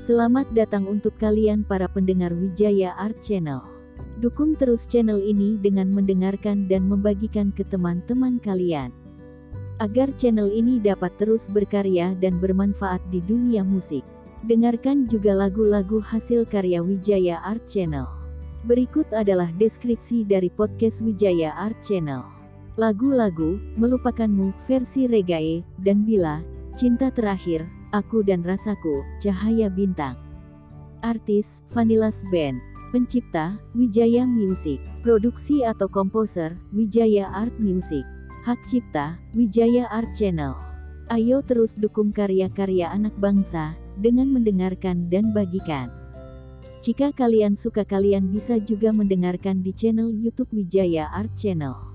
Selamat datang untuk kalian para pendengar Wijaya Art Channel. Dukung terus channel ini dengan mendengarkan dan membagikan ke teman-teman kalian, agar channel ini dapat terus berkarya dan bermanfaat di dunia musik. Dengarkan juga lagu-lagu hasil karya Wijaya Art Channel. Berikut adalah deskripsi dari podcast Wijaya Art Channel. Lagu-lagu, Melupakanmu, versi reggae, dan Bila, Cinta Terakhir, Aku dan Rasaku, Cahaya Bintang. Artis, Vanillas Band. Pencipta, Wijaya Music. Produksi atau komposer, Wijaya Art Music. Hak cipta, Wijaya Art Channel. Ayo terus dukung karya-karya anak bangsa, dengan mendengarkan dan bagikan. Jika kalian suka, kalian bisa juga mendengarkan di channel YouTube Wijaya Art Channel.